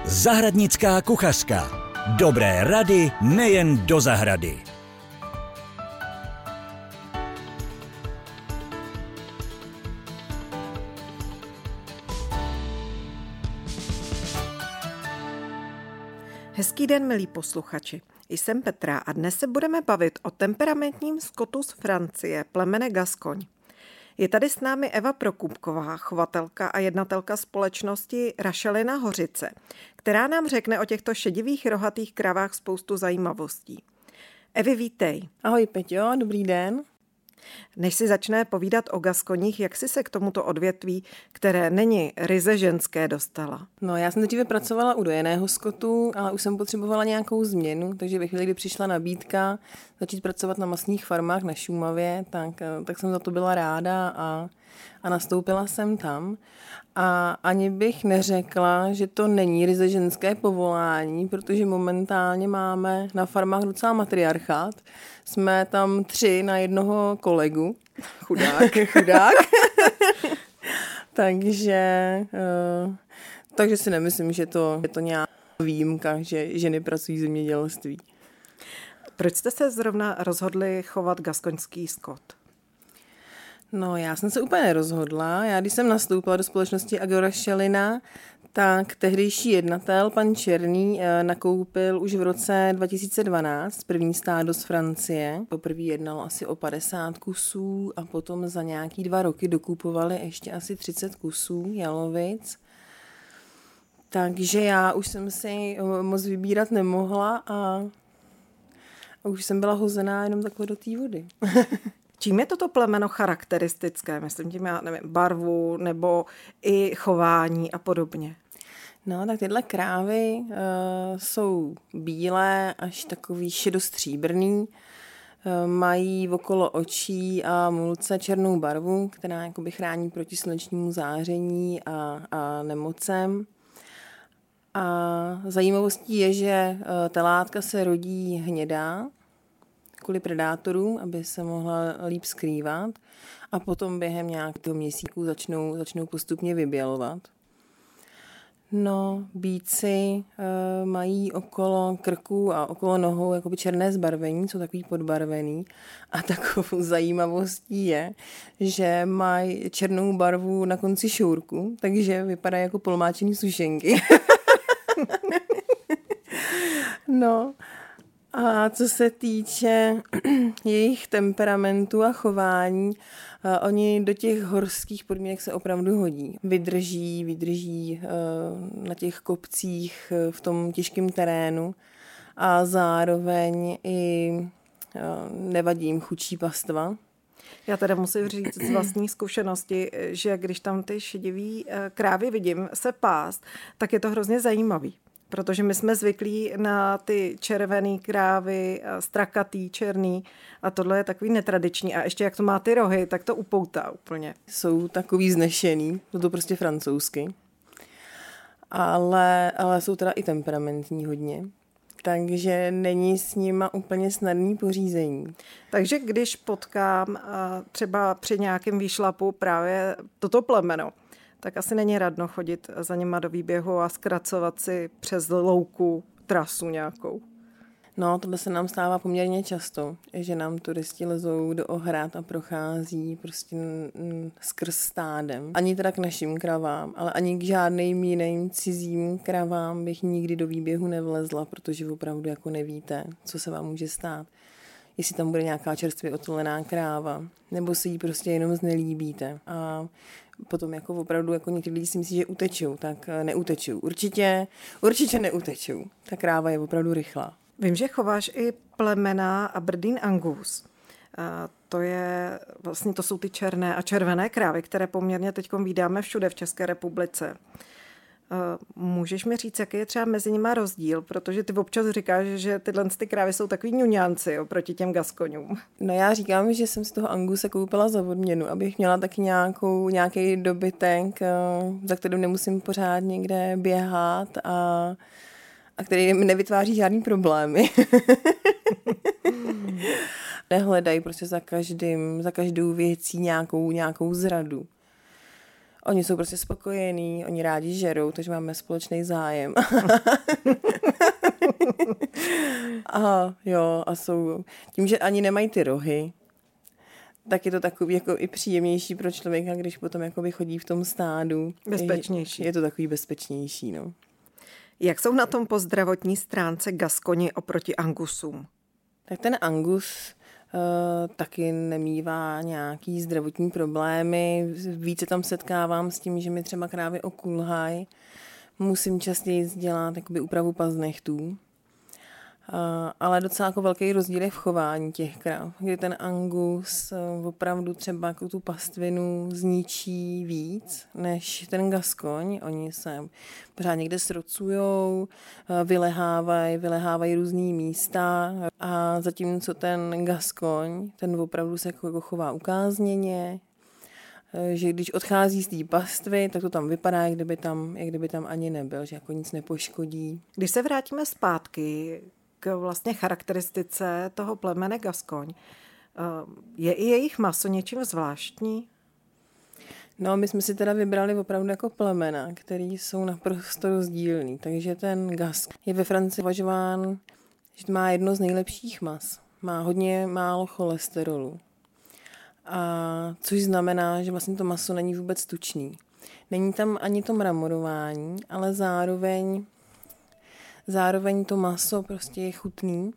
Zahradnická kuchařka. Dobré rady nejen do zahrady. Hezký den, milí posluchači. Jsem Petra a dnes se budeme bavit o temperamentním skotu z Francie, plemene Gascogne. Je tady s námi Eva Prokupková, chovatelka a jednatelka společnosti Rašelina Hořice, která nám řekne o těchto šedivých rohatých kravách spoustu zajímavostí. Evi, vítej. Ahoj Peťo, dobrý den. Než si začne povídat o Gasconích, jak jsi se k tomuto odvětví, které není ryze ženské, dostala? No, já jsem dříve pracovala u dojeného skotu, ale už jsem potřebovala nějakou změnu, takže ve chvíli, kdy přišla nabídka začít pracovat na masných farmách na Šumavě, tak jsem za to byla ráda a nastoupila jsem tam. A ani bych neřekla, že to není ryze ženské povolání, protože momentálně máme na farmách docela matriarchát. Jsme tam 3 na jednoho kolegu. Chudák. takže si nemyslím, že to je to nějaká výjimka, že ženy pracují v zemědělství. Proč jste se zrovna rozhodli chovat gascoňský skot? No, já jsem se úplně nerozhodla. Já když jsem nastoupila do společnosti Rašelina, tak tehdejší jednatel, pan Černý, nakoupil už v roce 2012 první stádo z Francie. Poprvé jednal asi o 50 kusů a potom za nějaký 2 roky dokupovali ještě asi 30 kusů jalovic. Takže já už jsem si moc vybírat nemohla a už jsem byla hozená jenom takhle do té vody. Čím je toto plemeno charakteristické? Myslím tím, já nevím, barvu nebo i chování a podobně. No, tak tyhle krávy jsou bílé až takový šedostříbrný, mají okolo očí a mulce černou barvu, která jakoby chrání proti slunečnímu záření a nemocem. A zajímavostí je, že telátka se rodí hnědá, kvůli predátorům, aby se mohla líp skrývat a potom během nějakého měsíců začnou postupně vybělovat. No, býci mají okolo krku a okolo nohou jakoby černé zbarvení, jsou takový podbarvený a takovou zajímavostí je, že mají černou barvu na konci šourku, takže vypadají jako polmáčený sušenky. No, a co se týče jejich temperamentu a chování, oni do těch horských podmínek se opravdu hodí. Vydrží na těch kopcích v tom těžkém terénu a zároveň i nevadí jim chudší pastva. Já teda musím říct z vlastní zkušenosti, že když tam ty šedivý krávy vidím se pást, tak je to hrozně zajímavý. Protože my jsme zvyklí na ty červený krávy, strakatý, černý a tohle je takový netradiční. A ještě jak to má ty rohy, tak to upoutá úplně. Jsou takový znešený, to prostě francouzsky. Ale jsou teda i temperamentní hodně. Takže není s nima úplně snadný pořízení. Takže když potkám třeba při nějakém výšlapu právě toto plemeno, tak asi není radno chodit za nima do výběhu a zkracovat si přes louku trasu nějakou. No, tohle se nám stává poměrně často, že nám turisti lezou do ohrad a prochází prostě skrz stádem. Ani teda k našim kravám, ale ani k žádným jiným cizím kravám bych nikdy do výběhu nevlezla, protože opravdu jako nevíte, co se vám může stát. Jestli tam bude nějaká čerstvě otolená kráva, nebo si ji prostě jenom znelíbíte. A potom jako opravdu jako někdy lidi si myslí, že utečou, tak neutečou. Určitě neutečou. Ta kráva je opravdu rychlá. Vím, že chováš i plemena Aberdeen Angus. To jsou ty černé a červené krávy, které poměrně teďkom vídáme všude v České republice. Můžeš mi říct, jaký je třeba mezi nimi rozdíl? Protože ty občas říkáš, že tyhle ty krávy jsou takový ňuňánci oproti těm Gascoňům. No já říkám, že jsem z toho Anguse koupila za odměnu, abych měla taky nějaký dobytek, za kterým nemusím pořád někde běhat a který nevytváří žádný problémy. Nehledají prostě za každou věcí nějakou zradu. Oni jsou prostě spokojení, oni rádi žerou, takže máme společný zájem. A jsou, tím, že ani nemají ty rohy, tak je to takový jako i příjemnější pro člověka, když potom jakoby chodí v tom stádu. Bezpečnější. Je to takový bezpečnější, no. Jak jsou na tom po zdravotní stránce Gaskoni oproti Angusům? Tak ten Angus taky nemívá nějaký zdravotní problémy. Více tam setkávám s tím, že mi třeba krávy okulhají. Musím častěji dělat jakoby úpravu paznechtů. Ale docela jako velký rozdíl je v chování těch kráv, kdy ten Angus opravdu třeba jako tu pastvinu zničí víc než ten Gaskoň. Oni se pořád někde srocujou, vylehávají různý místa a zatímco ten Gaskoň, ten opravdu se jako chová ukázněně, že když odchází z té pastvy, tak to tam vypadá, jak kdyby tam ani nebyl, že jako nic nepoškodí. Když se vrátíme zpátky k vlastně charakteristice toho plemene Gaskoň, je i jejich maso něčím zvláštní? No, my jsme si teda vybrali opravdu jako plemena, který jsou naprosto rozdílný. Takže ten Gask je ve Francii považován, že má jedno z nejlepších mas. Má hodně málo cholesterolu. Což znamená, že vlastně to maso není vůbec tučný. Není tam ani to mramorování, ale zároveň to maso prostě je chutný.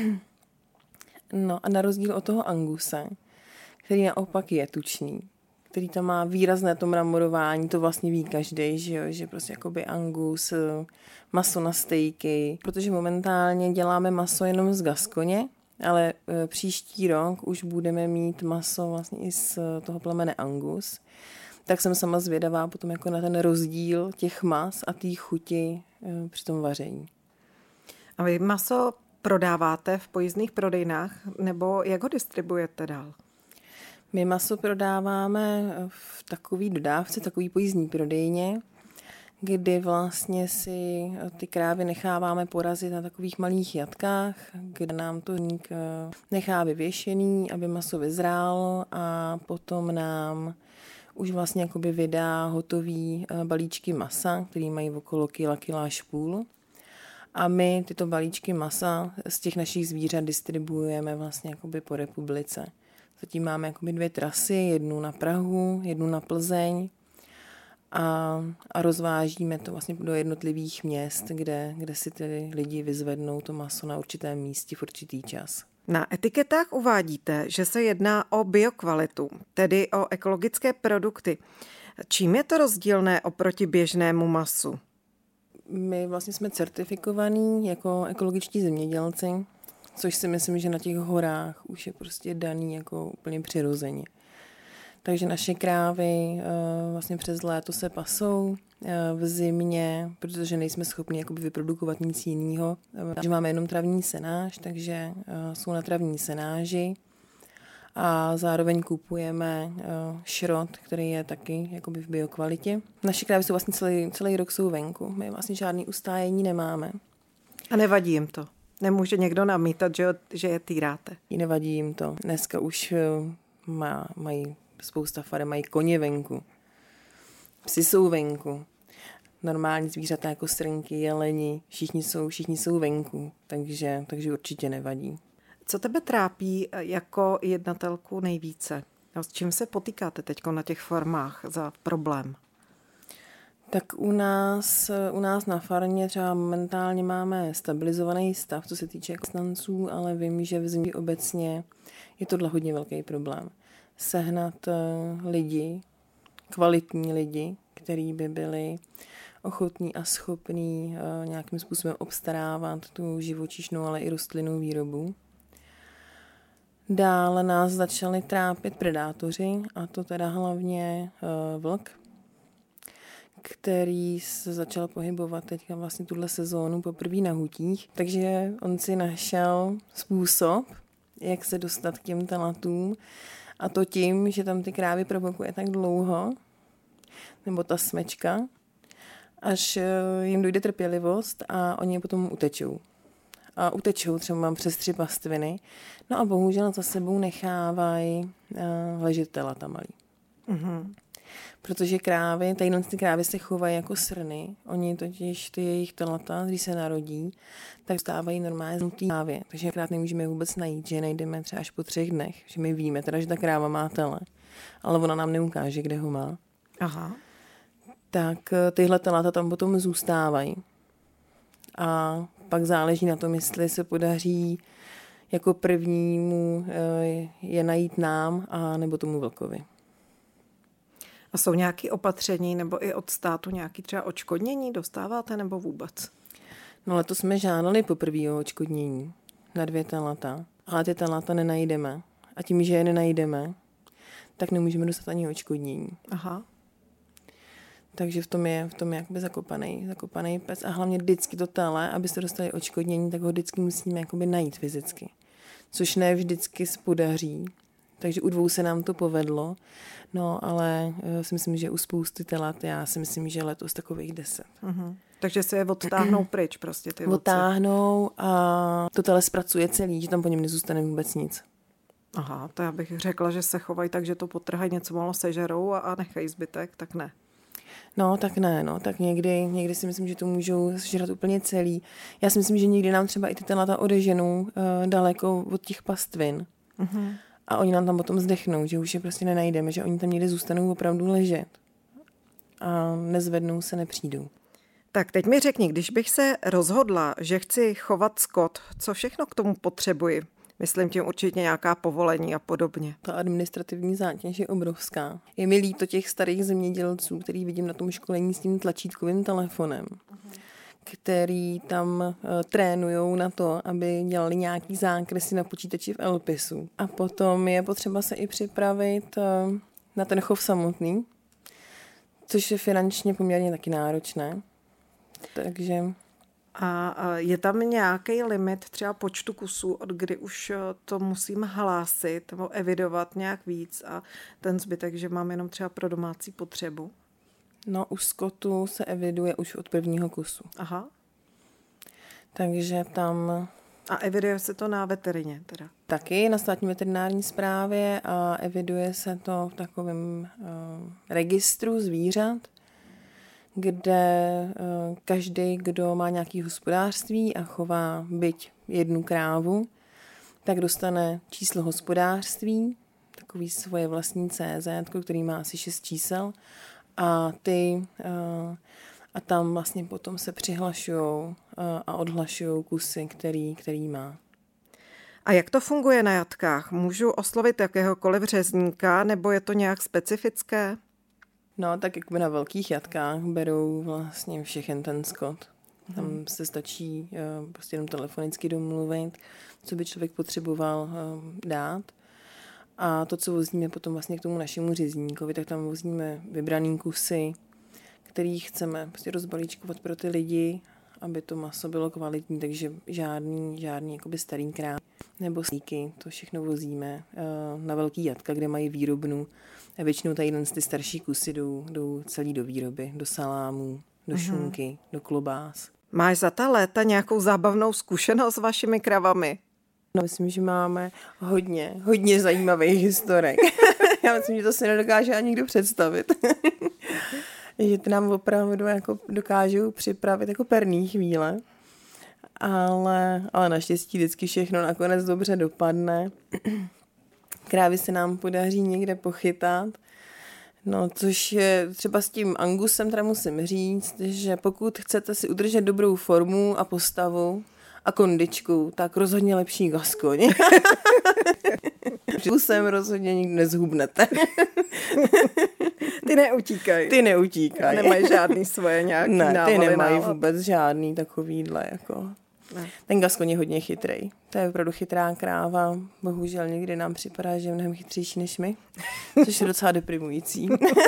No a na rozdíl od toho Anguse, který naopak je tučný, který tam má výrazné to mramorování, to vlastně ví každý, že prostě jakoby Angus, maso na stejky, protože momentálně děláme maso jenom z Gaskoně, ale příští rok už budeme mít maso vlastně i z toho plemene Angus. Tak jsem sama zvědavá potom jako na ten rozdíl těch mas a té chuti při tom vaření. A vy maso prodáváte v pojízdných prodejnách nebo jak ho distribuujete dál? My maso prodáváme v takový dodávce, takový pojízdní prodejně, kdy vlastně si ty krávy necháváme porazit na takových malých jatkách, kde nám to nechá vyvěšený, aby maso vyzrálo a potom nám už vlastně jakoby vydá hotový balíčky masa, který mají okolo kila až půl. A my tyto balíčky masa z těch našich zvířat distribuujeme vlastně jakoby po republice. Zatím máme jakoby 2 trasy, jednu na Prahu, jednu na Plzeň a rozvážíme to vlastně do jednotlivých měst, kde si ty lidi vyzvednou to maso na určitém místě v určitý čas. Na etiketách uvádíte, že se jedná o biokvalitu, tedy o ekologické produkty. Čím je to rozdílné oproti běžnému masu? My vlastně jsme certifikovaní jako ekologičtí zemědělci, což si myslím, že na těch horách už je prostě daný jako úplně přirozeně. Takže naše krávy vlastně přes léto se pasou, v zimě, protože nejsme schopni jakoby vyprodukovat nic jiného. Že máme jenom travní senáž, takže jsou na travní senáži a zároveň kupujeme šrot, který je taky jakoby v biokvalitě. Naše krávy jsou vlastně celý rok jsou venku. My vlastně žádný ustájení nemáme. A nevadí jim to? Nemůže někdo namítat, že je týráte? Nevadí jim to. Dneska už mají spousta farem, mají koně venku. Psi jsou venku. Normální zvířata jako srnky, jeleni, všichni jsou venku, takže určitě nevadí. Co tebe trápí jako jednatelku nejvíce? S čím se potýkáte teď na těch farmách za problém? Tak u nás na farmě třeba momentálně máme stabilizovaný stav, co se týče zaměstnanců, ale vím, že v zimě obecně je tohle hodně velký problém. Sehnat lidi, kvalitní lidi, kteří by byli ochotní a schopní nějakým způsobem obstarávat tu živočišnou, ale i rostlinnou výrobu. Dále nás začaly trápit predátoři, a to teda hlavně vlk, který se začal pohybovat teďka vlastně tuhle sezónu poprvé na hutích. Takže on si našel způsob, jak se dostat k těm telatům, a to tím, že tam ty krávy provokuje tak dlouho, nebo ta smečka, až jim dojde trpělivost a oni potom utečou. A utečou třeba přes 3 pastviny, no a bohužel za sebou nechávají ležet telata malý. Mm-hmm. Protože ty krávy se chovají jako srny. Oni totiž ty jejich telata, když se narodí, tak stávají normálně znutý krávě. Takže akorát nemůžeme vůbec najít, že je najdeme třeba až po 3 dnech. Že my víme teda, že ta kráva má tele, ale ona nám neukáže, kde ho má. Aha. Tak tyhle telata tam potom zůstávají. A pak záleží na tom, jestli se podaří jako prvnímu je najít nám a nebo tomu vlkovi. A jsou nějaké opatření nebo i od státu nějaké třeba odškodnění dostáváte nebo vůbec? No letos jsme žádali poprvé o odškodnění na 2 telata, ale ty telata nenajdeme. A tím, že je nenajdeme, tak nemůžeme dostat ani odškodnění. Aha. Takže v tom je jakoby zakopaný pes a hlavně vždycky to tele, abyste dostali odškodnění, tak ho vždycky musíme jakoby najít fyzicky. Což ne vždycky podaří. Takže u 2 se nám to povedlo, no ale si myslím, že u spousty telat, já si myslím, že letos takových 10. Uh-huh. Takže se je odtáhnou pryč prostě ty vlci. Odtáhnou a to tele zpracuje celý, že tam po něm nezůstane vůbec nic. Aha, to já bych řekla, že se chovají tak, že to potrhají, něco málo sežerou a nechají zbytek, tak ne. No, tak ne, no, tak někdy si myslím, že to můžou sežrat úplně celý. Já si myslím, že někdy nám třeba i ty telata odeženou daleko od těch pastvin. Uh-huh. A oni nám tam potom zdechnou, že už je prostě nenajdeme, že oni tam někde zůstanou opravdu ležet. A nezvednou se, nepřijdou. Tak teď mi řekni, když bych se rozhodla, že chci chovat skot, co všechno k tomu potřebuji? Myslím tím určitě nějaká povolení a podobně. Ta administrativní zátěž je obrovská. Je mi líto těch starých zemědělců, který vidím na tom školení s tím tlačítkovým telefonem, který tam trénujou na to, aby dělali nějaký zákresy na počítači v Elpisu. A potom je potřeba se i připravit na ten chov samotný, což je finančně poměrně taky náročné. Takže... A je tam nějaký limit třeba počtu kusů, od kdy už to musím hlásit nebo evidovat nějak víc a ten zbytek, že mám jenom třeba pro domácí potřebu? No, u skotu se eviduje už od 1. kusu. Aha. Takže tam... A eviduje se to na veterině teda? Taky na státní veterinární správě a eviduje se to v takovém registru zvířat, kde každý, kdo má nějaké hospodářství a chová byť 1 krávu, tak dostane číslo hospodářství, takový svoje vlastní CZ, který má asi 6 čísel a tam vlastně potom se přihlašujou a odhlašují kusy, který má. A jak to funguje na jatkách? Můžu oslovit jakéhokoliv řezníka, nebo je to nějak specifické? No, tak jako na velkých jatkách berou vlastně všechen ten skot. Tam se stačí prostě jenom telefonicky domluvit, co by člověk potřeboval dát. A to, co vozíme potom vlastně k tomu našemu řezníkovi, tak tam vozíme vybraný kusy, který chceme prostě rozbalíčkovat pro ty lidi, aby to maso bylo kvalitní, takže žádný jakoby starý krám nebo slíky, to všechno vozíme na velký jatka, kde mají výrobnu. A většinou tady ty starší kusy jdou celý do výroby, do salámů, do šunky, do klobás. Máš za ta léta nějakou zábavnou zkušenost s vašimi kravami? No, myslím, že máme hodně zajímavých historek. Já myslím, že to si nedokáže ani nikdo představit. Že ty nám opravdu jako dokážou připravit jako perný chvíle. Ale naštěstí vždycky všechno nakonec dobře dopadne. Krávy se nám podaří někde pochytat. No, což je třeba s tím Angusem teda musím říct, že pokud chcete si udržet dobrou formu a postavu a kondičku, tak rozhodně lepší Gaskoň. Angusem rozhodně nikdy nezhubnete. Ty neutíkají. Nemají žádný svoje nějaký návaly. Ty nemají vůbec žádný takovýhle jako... Ne. Ten Gaskoň je hodně chytrej. To je opravdu chytrá kráva. Bohužel někdy nám připadá, že je mnohem chytřejší než my. Což je docela deprimující.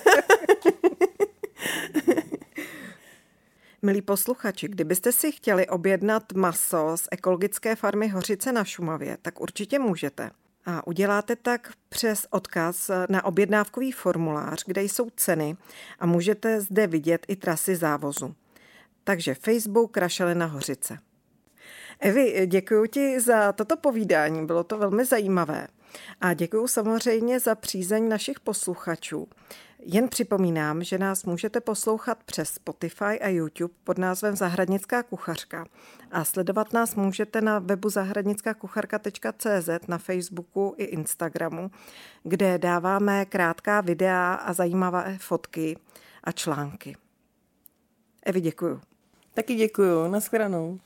Milí posluchači, kdybyste si chtěli objednat maso z ekologické farmy Hořice na Šumavě, tak určitě můžete. A uděláte tak přes odkaz na objednávkový formulář, kde jsou ceny a můžete zde vidět i trasy závozu. Takže Facebook Rašelina Hořice. Evi, děkuji ti za toto povídání, bylo to velmi zajímavé. A děkuju samozřejmě za přízeň našich posluchačů. Jen připomínám, že nás můžete poslouchat přes Spotify a YouTube pod názvem Zahradnická kuchařka a sledovat nás můžete na webu zahradnickakucharka.cz, na Facebooku i Instagramu, kde dáváme krátká videa a zajímavé fotky a články. Evi, děkuju. Taky děkuju, nashledanou.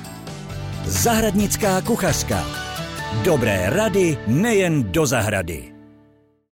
Zahradnická kuchařka. Dobré rady nejen do zahrady.